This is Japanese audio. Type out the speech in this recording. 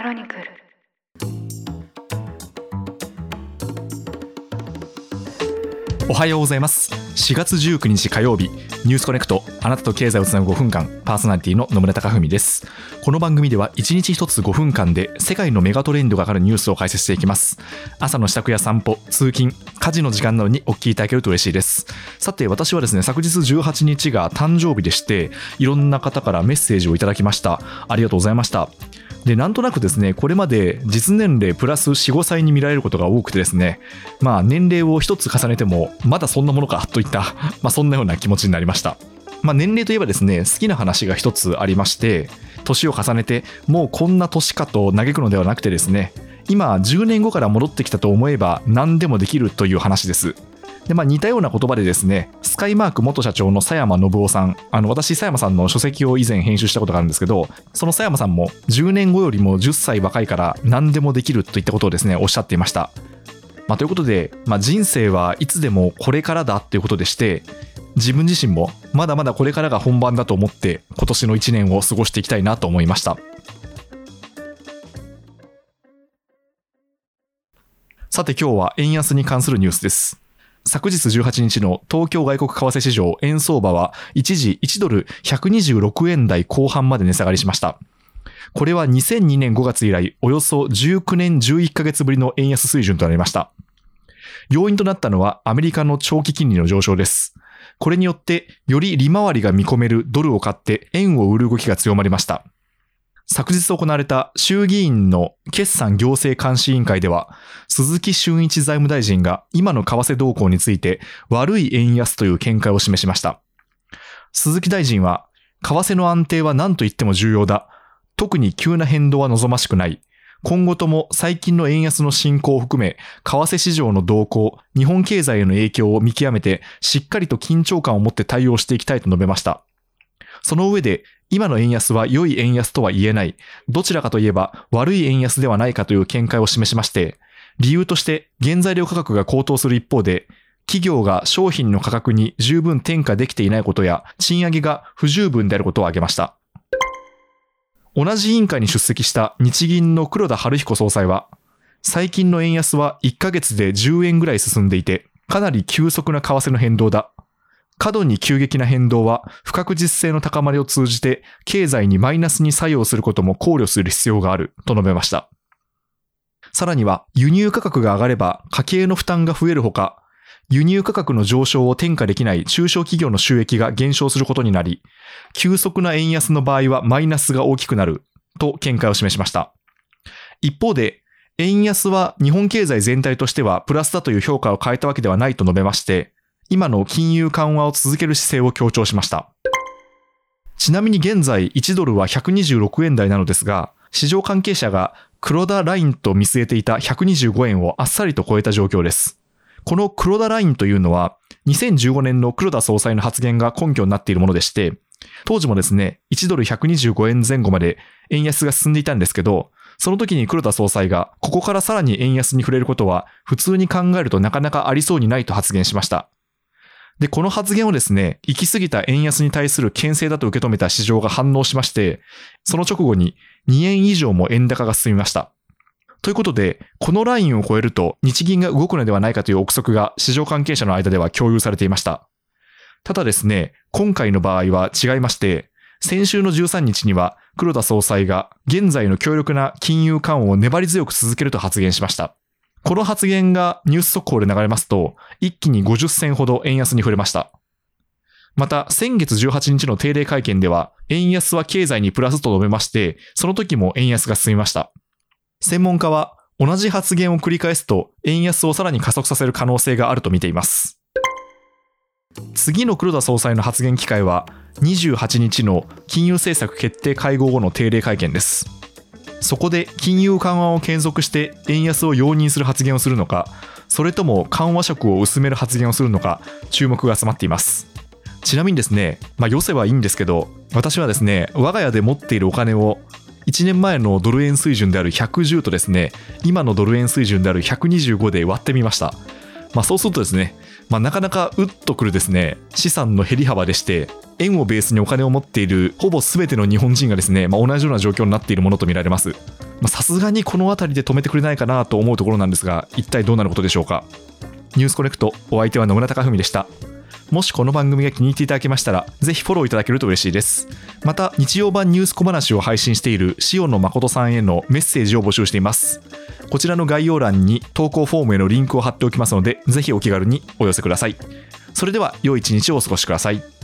クロニクル。 おはようございます。4月19日火曜日、ニュースコネクト、あなたと経済をつなぐ5分間、パーソナリティの野村貴文です。この番組では1日1つ5分間で世界のメガトレンドがかかるニュースを解説していきます。朝の支度や散歩、通勤、家事の時間などにお聞きいただけると嬉しいです。さて、私はですね、昨日18日が誕生日でして、いろんな方からメッセージをいただきました。ありがとうございました。で、なんとなくですね、これまで実年齢プラス 4,5 歳に見られることが多くてですね、年齢を一つ重ねてもまだそんなものかといったそんなような気持ちになりました。年齢といえばですね、好きな話が一つありまして、年を重ねてもうこんな年かと嘆くのではなくてですね、今10年後から戻ってきたと思えば何でもできるという話です。で、似たような言葉でですね、スカイマーク元社長の佐山信夫さん、私佐山さんの書籍を以前編集したことがあるんですけど、その佐山さんも10年後よりも10歳若いから何でもできるといったことをですね、おっしゃっていました。ということで、人生はいつでもこれからだということでして、自分自身もまだまだこれからが本番だと思って今年の1年を過ごしていきたいなと思いました。さて、今日は円安に関するニュースです。昨日18日の東京外国為替市場円相場は一時1ドル126円台後半まで値下がりしました。これは2002年5月以来およそ19年11ヶ月ぶりの円安水準となりました。要因となったのはアメリカの長期金利の上昇です。これによってより利回りが見込めるドルを買って円を売る動きが強まりました。昨日行われた衆議院の決算行政監視委員会では、鈴木俊一財務大臣が今の為替動向について悪い円安という見解を示しました。鈴木大臣は、為替の安定は何と言っても重要だ。特に急な変動は望ましくない。今後とも最近の円安の進行を含め、為替市場の動向、日本経済への影響を見極めて、しっかりと緊張感を持って対応していきたいと述べました。その上で、今の円安は良い円安とは言えない。どちらかといえば悪い円安ではないかという見解を示しまして、理由として原材料価格が高騰する一方で、企業が商品の価格に十分転嫁できていないことや、賃上げが不十分であることを挙げました。同じ委員会に出席した日銀の黒田晴彦総裁は、最近の円安は1ヶ月で10円ぐらい進んでいて、かなり急速な為替の変動だ。過度に急激な変動は不確実性の高まりを通じて経済にマイナスに作用することも考慮する必要があると述べました。さらには輸入価格が上がれば家計の負担が増えるほか、輸入価格の上昇を転嫁できない中小企業の収益が減少することになり、急速な円安の場合はマイナスが大きくなると見解を示しました。一方で、円安は日本経済全体としてはプラスだという評価を変えたわけではないと述べまして、今の金融緩和を続ける姿勢を強調しました。ちなみに現在1ドルは126円台なのですが、市場関係者が黒田ラインと見据えていた125円をあっさりと超えた状況です。この黒田ラインというのは2015年の黒田総裁の発言が根拠になっているものでして、当時もですね、1ドル125円前後まで円安が進んでいたんですけど、その時に黒田総裁がここからさらに円安に触れることは普通に考えるとなかなかありそうにないと発言しました。で、この発言をですね、行き過ぎた円安に対する牽制だと受け止めた市場が反応しまして、その直後に2円以上も円高が進みました。ということで、このラインを超えると日銀が動くのではないかという憶測が市場関係者の間では共有されていました。ただですね、今回の場合は違いまして、先週の13日には黒田総裁が現在の強力な金融緩和を粘り強く続けると発言しました。この発言がニュース速報で流れますと、一気に50銭ほど円安に触れました。また、先月18日の定例会見では、円安は経済にプラスと述べまして、その時も円安が進みました。専門家は、同じ発言を繰り返すと、円安をさらに加速させる可能性があると見ています。次の黒田総裁の発言機会は、28日の金融政策決定会合後の定例会見です。そこで金融緩和を継続して円安を容認する発言をするのか、それとも緩和色を薄める発言をするのか、注目が集まっています。ちなみにですね、よせはいいんですけど、私はですね、我が家で持っているお金を1年前のドル円水準である110とですね、今のドル円水準である125で割ってみました。そうするとですね、 なかなかうっとくるですね、資産の減り幅でして、円をベースにお金を持っているほぼ全ての日本人がですね、同じような状況になっているものとみられます。さすがにこの辺りで止めてくれないかなと思うところなんですが、一体どうなることでしょうか。ニュースコネクト、お相手は野村貴文でした。もしこの番組が気に入っていただけましたら、ぜひフォローいただけると嬉しいです。また、日曜版ニュース小話を配信している塩野誠さんへのメッセージを募集しています。こちらの概要欄に投稿フォームへのリンクを貼っておきますので、ぜひお気軽にお寄せください。それでは、良い一日をお過ごしください。